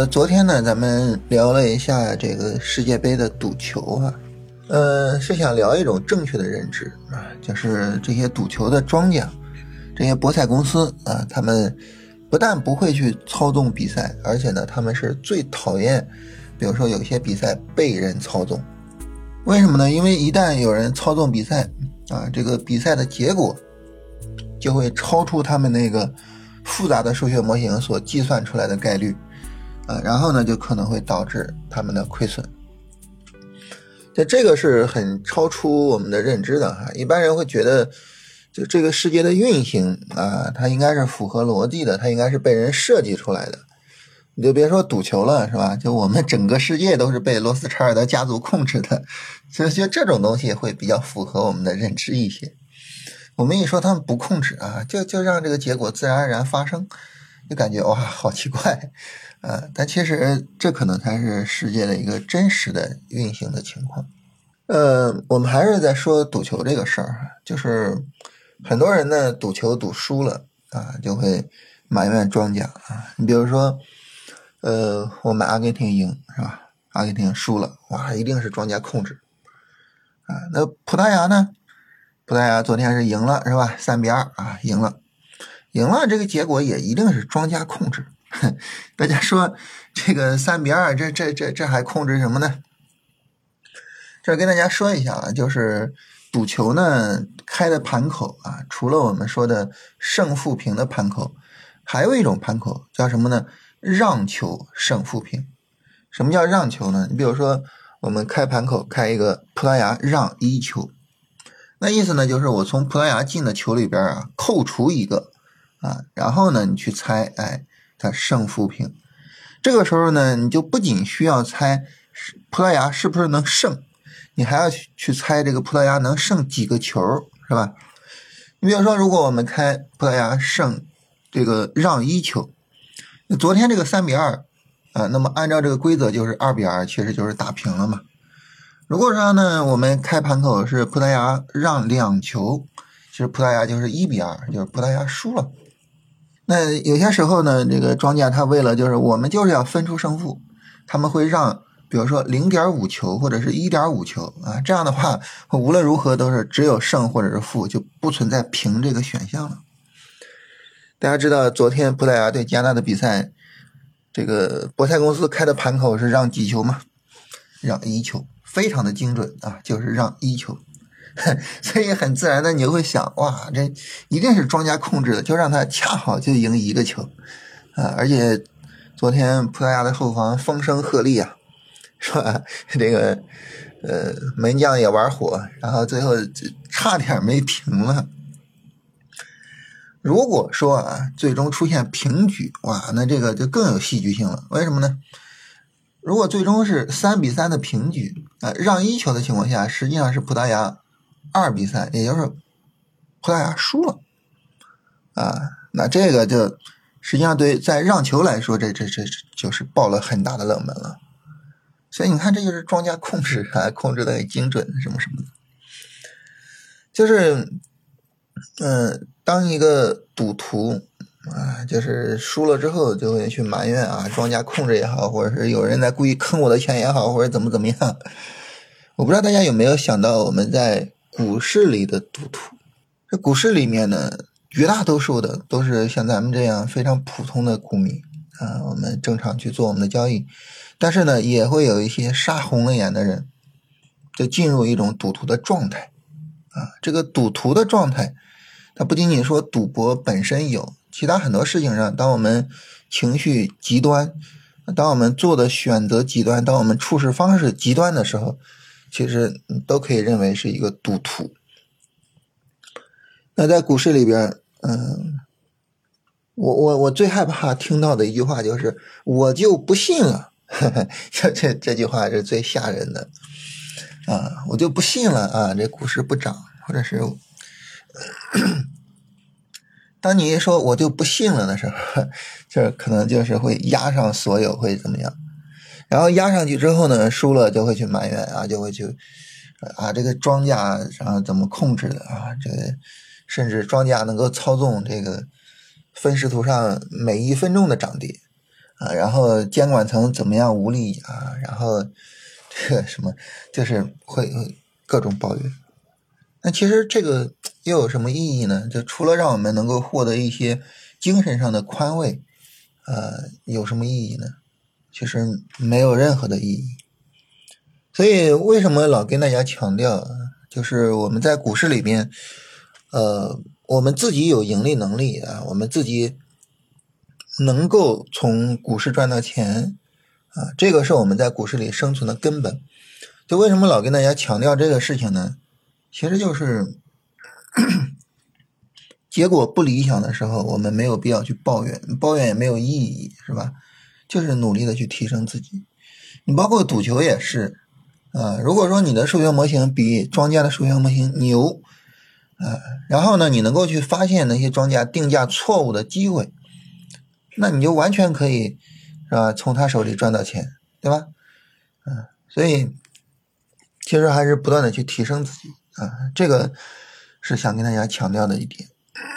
昨天呢，咱们聊了一下这个世界杯的赌球啊，是想聊一种正确的认知啊，就是这些赌球的庄家，这些博彩公司啊，他们不但不会去操纵比赛，而且呢，他们是最讨厌，比如说有些比赛被人操纵。为什么呢？因为一旦有人操纵比赛啊，这个比赛的结果就会超出他们那个复杂的数学模型所计算出来的概率。然后呢，就可能会导致他们的亏损。这个是很超出我们的认知的哈。一般人会觉得，就这个世界的运行啊，它应该是符合逻辑的，它应该是被人设计出来的。你就别说赌球了，是吧？就我们整个世界都是被罗斯柴尔德家族控制的，所以这种东西会比较符合我们的认知一些。我们一说他们不控制啊，就让这个结果自然而然发生，就感觉哇，好奇怪。但其实这可能才是世界的一个真实的运行的情况。我们还是在说赌球这个事儿，就是很多人呢赌球赌输了啊，就会埋怨庄家啊。你比如说，我们阿根廷赢是吧？阿根廷输了，哇，一定是庄家控制啊。那葡萄牙呢？葡萄牙昨天是赢了是吧？3-2啊，赢了，这个结果也一定是庄家控制。大家说这个3-2，这还控制什么呢？这跟大家说一下啊，就是赌球呢开的盘口啊，除了我们说的胜负平的盘口，还有一种盘口叫什么呢？让球胜负平。什么叫让球呢？你比如说我们开盘口开一个葡萄牙让1球，那意思呢就是我从葡萄牙进的球里边啊扣除一个啊，然后呢你去猜，它胜负平。这个时候呢，你就不仅需要猜葡萄牙是不是能胜，你还要去猜这个葡萄牙能胜几个球，是吧？你比如说，如果我们开葡萄牙胜这个让1球，昨天这个3-2那么按照这个规则就是2-2，其实就是打平了嘛。如果说呢，我们开盘口是葡萄牙让2球，其实葡萄牙就是1-2，就是葡萄牙输了。那有些时候呢，这个庄家他为了就是我们就是要分出胜负，他们会让比如说 0.5 球或者是 1.5 球啊，这样的话无论如何都是只有胜或者是负，就不存在平这个选项了。大家知道昨天葡萄牙对加纳的比赛，这个博彩公司开的盘口是让几球吗？让1球，非常的精准啊，就是让1球。所以很自然的你就会想，哇，这一定是庄家控制的，就让他恰好就赢1个球啊！而且昨天葡萄牙的后防风声鹤唳啊，是吧？这个门将也玩火，然后最后差点没平了。如果说啊最终出现平局，哇，那这个就更有戏剧性了。为什么呢？如果最终是3-3的平局让1球的情况下，实际上是葡萄牙2-3，也就是葡萄牙输了啊。那这个就实际上对在让球来说，这就是爆了很大的冷门了。所以你看，这就是庄家控制控制的很精准，什么什么的。就是当一个赌徒就是输了之后就会去埋怨啊，庄家控制也好，或者是有人在故意坑我的钱也好，或者怎么样。我不知道大家有没有想到我们在股市里的赌徒。这股市里面呢，绝大多数的都是像咱们这样非常普通的股民啊，我们正常去做我们的交易。但是呢，也会有一些杀红了眼的人，就进入一种赌徒的状态啊。这个赌徒的状态，它不仅仅说赌博本身有，其他很多事情上，当我们情绪极端，当我们做的选择极端，当我们处事方式极端的时候，其实都可以认为是一个赌徒。那在股市里边，我最害怕听到的一句话就是我就不信了。这句话是最吓人的啊！我就不信了啊，这股市不涨，或者是当你一说我就不信了的时候，这可能就是会压上所有，会怎么样？然后压上去之后呢，输了就会去埋怨啊，就会去这个庄家怎么控制的啊？这个甚至庄家能够操纵这个分时图上每1分钟的涨跌啊，然后监管层怎么样无力啊，然后这个什么就是会各种抱怨。那其实这个又有什么意义呢？就除了让我们能够获得一些精神上的宽慰，有什么意义呢？其实没有任何的意义。所以为什么老跟大家强调，就是我们在股市里边，我们自己有盈利能力啊，我们自己能够从股市赚到钱啊，这个是我们在股市里生存的根本。就为什么老跟大家强调这个事情呢？其实就是结果不理想的时候，我们没有必要去抱怨，抱怨也没有意义，是吧？就是努力的去提升自己。你包括赌球也是，如果说你的数学模型比庄家的数学模型牛，然后呢，你能够去发现那些庄家定价错误的机会，那你就完全可以，是吧？从他手里赚到钱，对吧？所以其实还是不断的去提升自己啊，这个是想跟大家强调的一点。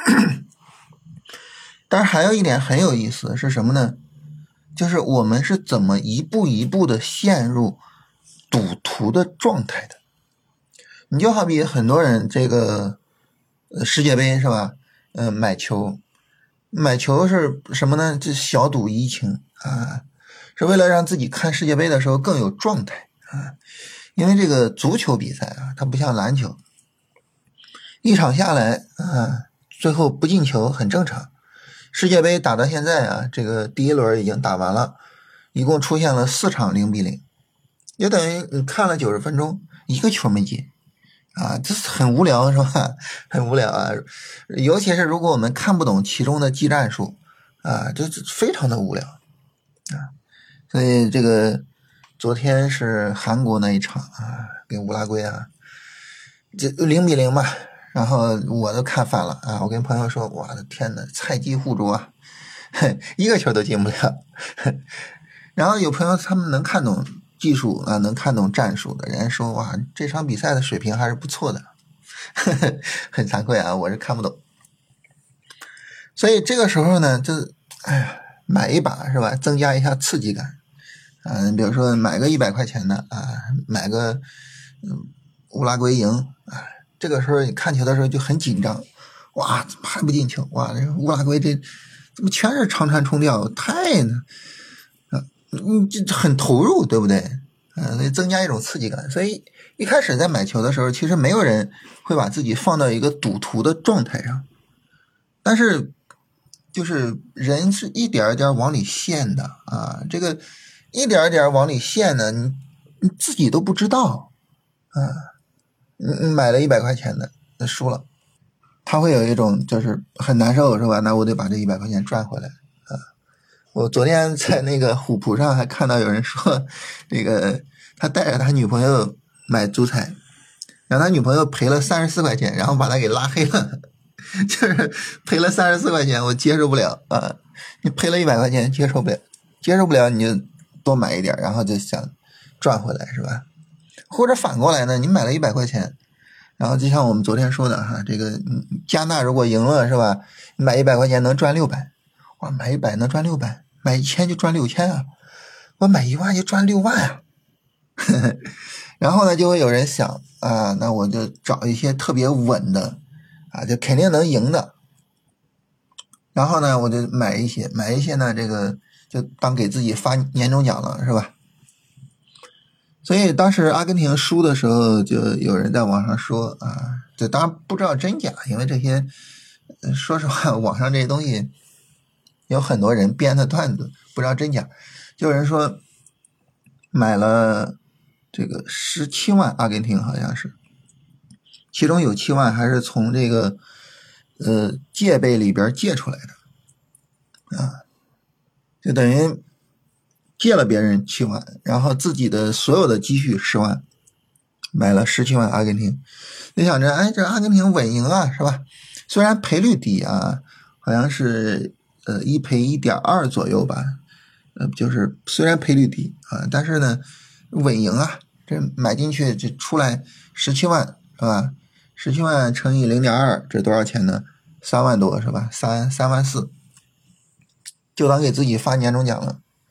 但是还有一点很有意思是什么呢？就是我们是怎么一步一步的陷入赌徒的状态的。你就好比很多人这个世界杯是吧？买球是什么呢？这小赌怡情啊，是为了让自己看世界杯的时候更有状态啊。因为这个足球比赛啊，它不像篮球，一场下来啊，最后不进球很正常。世界杯打到现在啊，这个第一轮已经打完了，一共出现了4场0-0，也等于你看了90分钟，一个球没进啊，这是很无聊是吧？很无聊啊，尤其是如果我们看不懂其中的技战术啊，这非常的无聊啊。所以这个昨天是韩国那一场啊，跟乌拉圭啊，这0-0嘛。然后我都看烦了啊！我跟朋友说：“我的天哪，菜鸡互啄啊，一个球都进不了。”然后有朋友他们能看懂技术啊，能看懂战术的人说：“哇，这场比赛的水平还是不错的。”很惭愧啊，我是看不懂。所以这个时候呢，就买一把是吧，增加一下刺激感啊。比如说买个100块钱的啊，买个乌拉圭赢啊。这个时候你看球的时候就很紧张，哇，怎么还不进球？哇，这乌拉圭这怎么全是长传冲吊？太呢，你这很投入，对不对？增加一种刺激感。所以一开始在买球的时候，其实没有人会把自己放到一个赌徒的状态上，但是就是人是一点一点往里陷的啊，这个一点一点往里陷呢，你自己都不知道啊。你买了100块钱的，那输了，他会有一种就是很难受是吧？那我得把这100块钱赚回来啊！我昨天在那个虎扑上还看到有人说，这个他带着他女朋友买足彩，然后他女朋友赔了34块钱，然后把他给拉黑了，就是赔了34块钱，我接受不了啊！你赔了100块钱接受不了你就多买一点，然后就想赚回来是吧？或者反过来呢，你买了100块钱，然后就像我们昨天说的哈，这个加纳如果赢了是吧，你买100块钱能赚600，我买100能赚600，买1000就赚6000啊，我买1万就赚6万啊。然后呢，就会有人想啊，那我就找一些特别稳的啊，就肯定能赢的，然后呢，我就买一些呢，这个就当给自己发年终奖了是吧？所以当时阿根廷输的时候，就有人在网上说啊，这当然不知道真假，因为这些，说实话，网上这些东西有很多人编的段子，不知道真假。就有人说买了这个17万阿根廷，好像是，其中有7万还是从这个借呗里边借出来的啊，就等于借了别人7万，然后自己的所有的积蓄10万，买了17万阿根廷。你想着，哎，这阿根廷稳赢啊，是吧？虽然赔率低啊，好像是1赔1.2左右吧，就是虽然赔率低啊，但是呢稳赢啊，这买进去就出来17万是吧？17万乘以0.2，这多少钱呢？3万多是吧？3万4，就当给自己发年终奖了。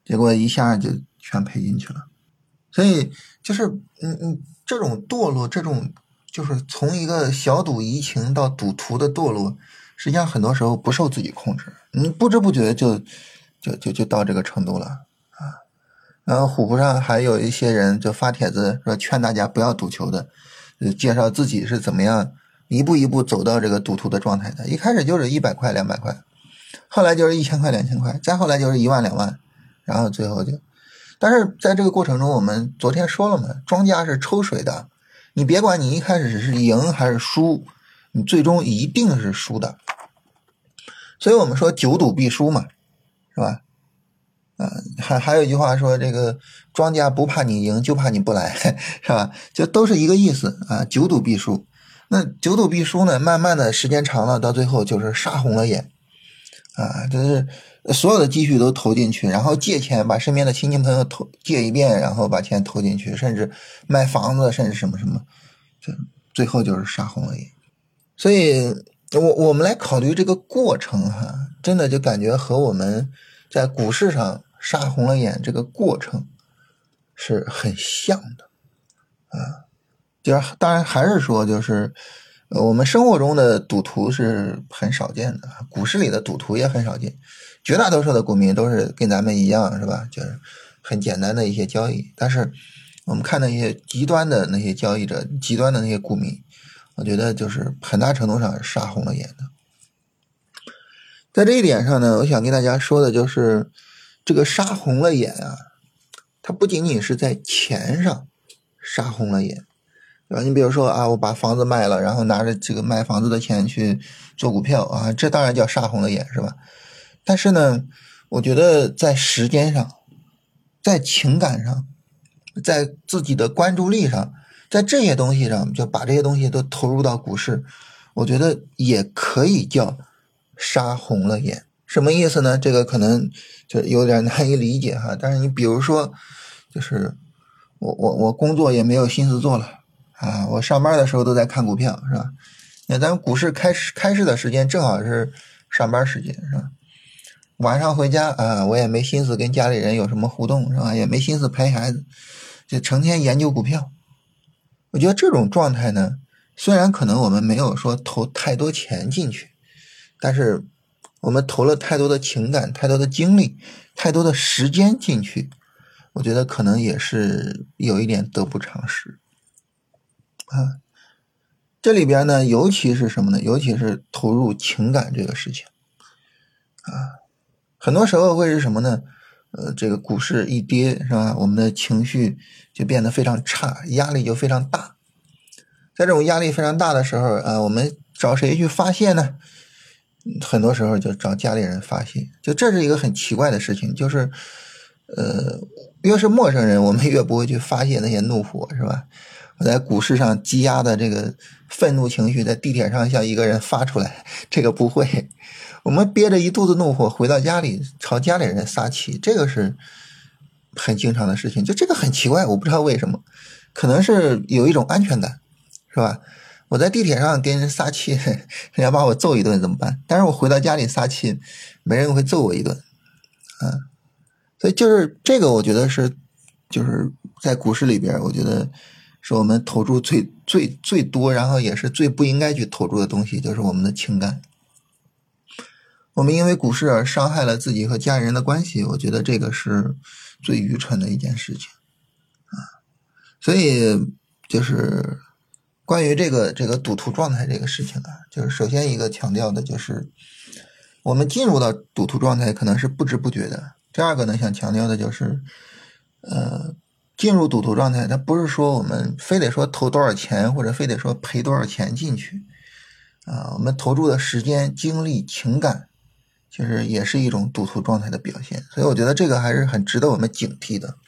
结果一下就全赔进去了。所以就是这种堕落，这种就是从一个小赌怡情到赌徒的堕落，实际上很多时候不受自己控制，你不知不觉就到这个程度了啊。然后虎扑上还有一些人就发帖子说劝大家不要赌球的，介绍自己是怎么样一步一步走到这个赌徒的状态的。一开始就是100块200块，后来就是1000块2000块，再后来就是1万2万，然后最后就，但是在这个过程中我们昨天说了嘛，庄家是抽水的，你别管你一开始是赢还是输，你最终一定是输的。所以我们说久赌必输嘛，是吧？还有一句话说，这个庄家不怕你赢，就怕你不来，是吧？就都是一个意思啊，久赌必输。那久赌必输呢，慢慢的时间长了，到最后就是杀红了眼啊，就是所有的积蓄都投进去，然后借钱把身边的亲戚朋友借一遍，然后把钱投进去，甚至卖房子，甚至什么什么，最后就是杀红了眼。所以我们来考虑这个过程哈，真的就感觉和我们在股市上杀红了眼这个过程是很像的啊。就是当然还是说就是我们生活中的赌徒是很少见的，股市里的赌徒也很少见，绝大多数的股民都是跟咱们一样，是吧？就是很简单的一些交易。但是我们看那些极端的那些交易者，极端的那些股民，我觉得就是很大程度上杀红了眼的。在这一点上呢，我想跟大家说的就是这个杀红了眼啊，它不仅仅是在钱上杀红了眼，对吧？你比如说啊，我把房子卖了，然后拿着这个卖房子的钱去做股票啊，这当然叫杀红了眼，是吧？但是呢，我觉得在时间上，在情感上，在自己的关注力上，在这些东西上，就把这些东西都投入到股市，我觉得也可以叫杀红了眼。什么意思呢？这个可能就有点难以理解哈。但是你比如说，就是我工作也没有心思做了啊，我上班的时候都在看股票，是吧？那咱们股市开市的时间正好是上班时间，是吧？晚上回家啊，我也没心思跟家里人有什么互动，是吧？也没心思陪孩子，就成天研究股票。我觉得这种状态呢，虽然可能我们没有说投太多钱进去，但是我们投了太多的情感、太多的精力、太多的时间进去，我觉得可能也是有一点得不偿失啊。这里边呢，尤其是什么呢？尤其是投入情感这个事情啊，很多时候会是什么呢？这个股市一跌，是吧？我们的情绪就变得非常差，压力就非常大。在这种压力非常大的时候啊，我们找谁去发泄呢？很多时候就找家里人发泄。就这是一个很奇怪的事情，就是越是陌生人，我们越不会去发泄那些怒火，是吧？我在股市上积压的这个愤怒情绪，在地铁上向一个人发出来，这个不会。我们憋着一肚子怒火回到家里朝家里人撒气，这个是很经常的事情。就这个很奇怪，我不知道为什么，可能是有一种安全感，是吧？我在地铁上跟人撒气，人家把我揍一顿怎么办？但是我回到家里撒气，没人会揍我一顿啊。所以就是这个，我觉得是就是在股市里边，我觉得是我们投入最多，然后也是最不应该去投入的东西，就是我们的情感。我们因为股市而伤害了自己和家人的关系，我觉得这个是最愚蠢的一件事情啊。所以就是关于这个赌徒状态这个事情啊，就是首先一个强调的就是我们进入到赌徒状态可能是不知不觉的。第二个呢，想强调的就是进入赌徒状态，它不是说我们非得说投多少钱，或者非得说赔多少钱进去啊，我们投入的时间、精力、情感，其实也是一种赌徒状态的表现。所以我觉得这个还是很值得我们警惕的。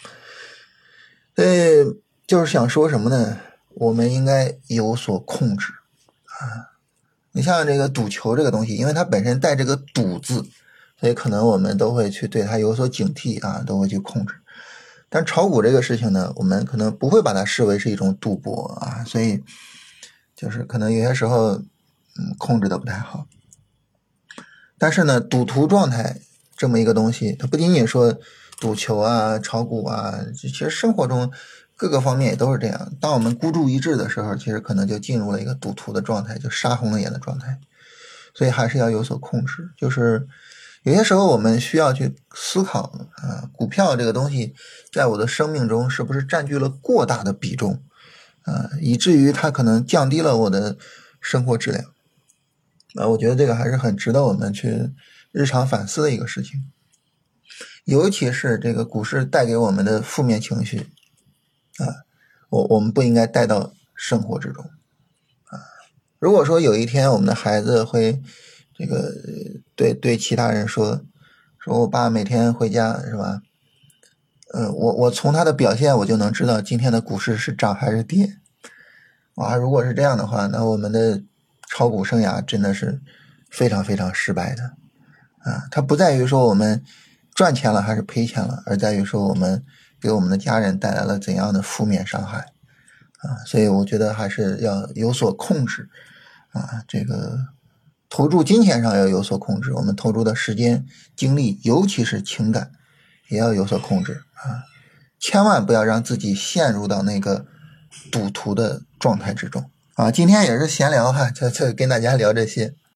就是想说什么呢？我们应该有所控制啊。你像这个赌球这个东西，因为它本身带这个赌字，所以可能我们都会去对它有所警惕啊，都会去控制。但炒股这个事情呢，我们可能不会把它视为是一种赌博啊，所以就是可能有些时候控制的不太好。但是呢，赌徒状态这么一个东西，它不仅仅说赌球啊、炒股啊，其实生活中各个方面也都是这样。当我们孤注一掷的时候，其实可能就进入了一个赌徒的状态，就杀红了眼的状态。所以还是要有所控制，就是有些时候我们需要去思考啊，股票这个东西在我的生命中是不是占据了过大的比重啊，以至于它可能降低了我的生活质量啊。我觉得这个还是很值得我们去日常反思的一个事情，尤其是这个股市带给我们的负面情绪啊，我们不应该带到生活之中。如果说有一天我们的孩子会这个对其他人说我爸每天回家是吧，我从他的表现我就能知道今天的股市是涨还是跌。哇，如果是这样的话，那我们的炒股生涯真的是非常非常失败的啊！它不在于说我们赚钱了还是赔钱了，而在于说我们给我们的家人带来了怎样的负面伤害啊！所以我觉得还是要有所控制啊，这个投注金钱上要有所控制，我们投注的时间、精力，尤其是情感，也要有所控制啊！千万不要让自己陷入到那个赌徒的状态之中啊！今天也是闲聊哈，就跟大家聊这些。